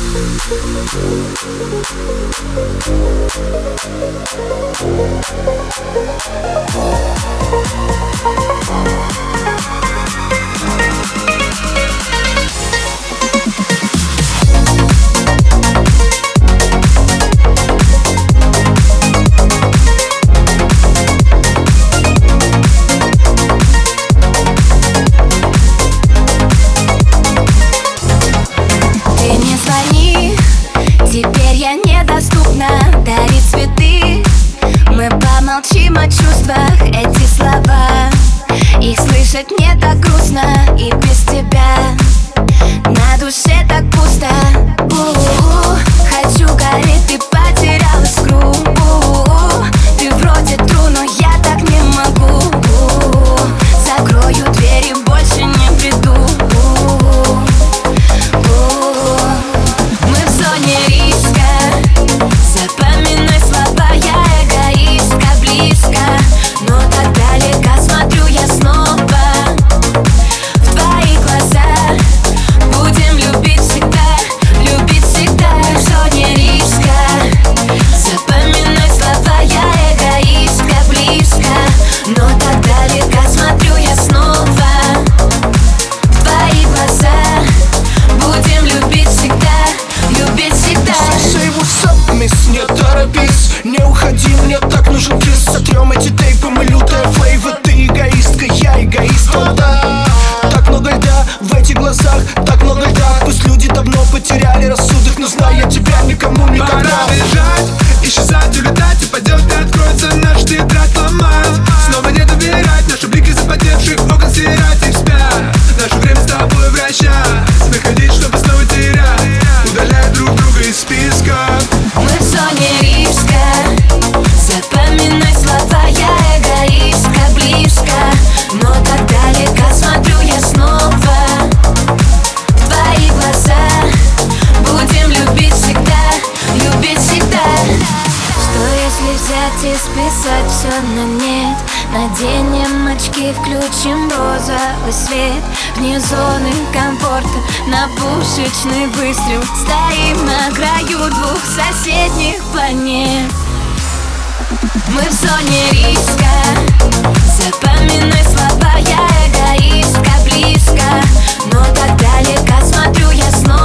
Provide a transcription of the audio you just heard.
Теперь я недоступна дарить цветы. Мы помолчим о чувствах, эти слова. Их слышать мне так грустно и без тебя. На душе так пусто. Хочу гореть, ты потерял искру. Ты вроде true, но я так не могу. Закрою дверь и больше не приду. Мы в зоне риска. Запоминай слова, я эгоистка. Близко, но так далеко смотрю я снова в твои глаза. Будем любить всегда, любить всегда. Мы в зоне риска. Запоминай слова, я эгоистка. Близко, но так далеко смотрю я снова в твои глаза. Будем любить всегда, любить всегда. Say what's up, miss, не торопись. Не уходи, мне так нужен кисс. Сотрем эти тейпы, мы лютая флейва. Ты эгоистка, я эгоист, о да. Так много льда в этих глазах, так много льда. Пусть люди давно потеряли рассудок, но зная тебя, никому никогда. Пора бежать, исчезать, улетать, и пойдет и откроется наш тетрадь ломать. Снова не доверять, наши блики запотевших окон стирать их спят. Наше время с тобой вращать, выходить, чтобы снова терять, удаляя друг друга из списка. Мы в зоне риска. Запоминай слова, я эгоистка. Близко, но так далеко смотрю я снова в твои глаза. Будем любить всегда, любить всегда. Что если взять и списать все на нет? Наденем очки, включим розовый свет. Вне зоны комфорта на пушечный выстрел. Стоим на краю двух соседних планет. Мы в зоне риска. Запоминай слова, я эгоистка. Близко, но так далеко смотрю я снова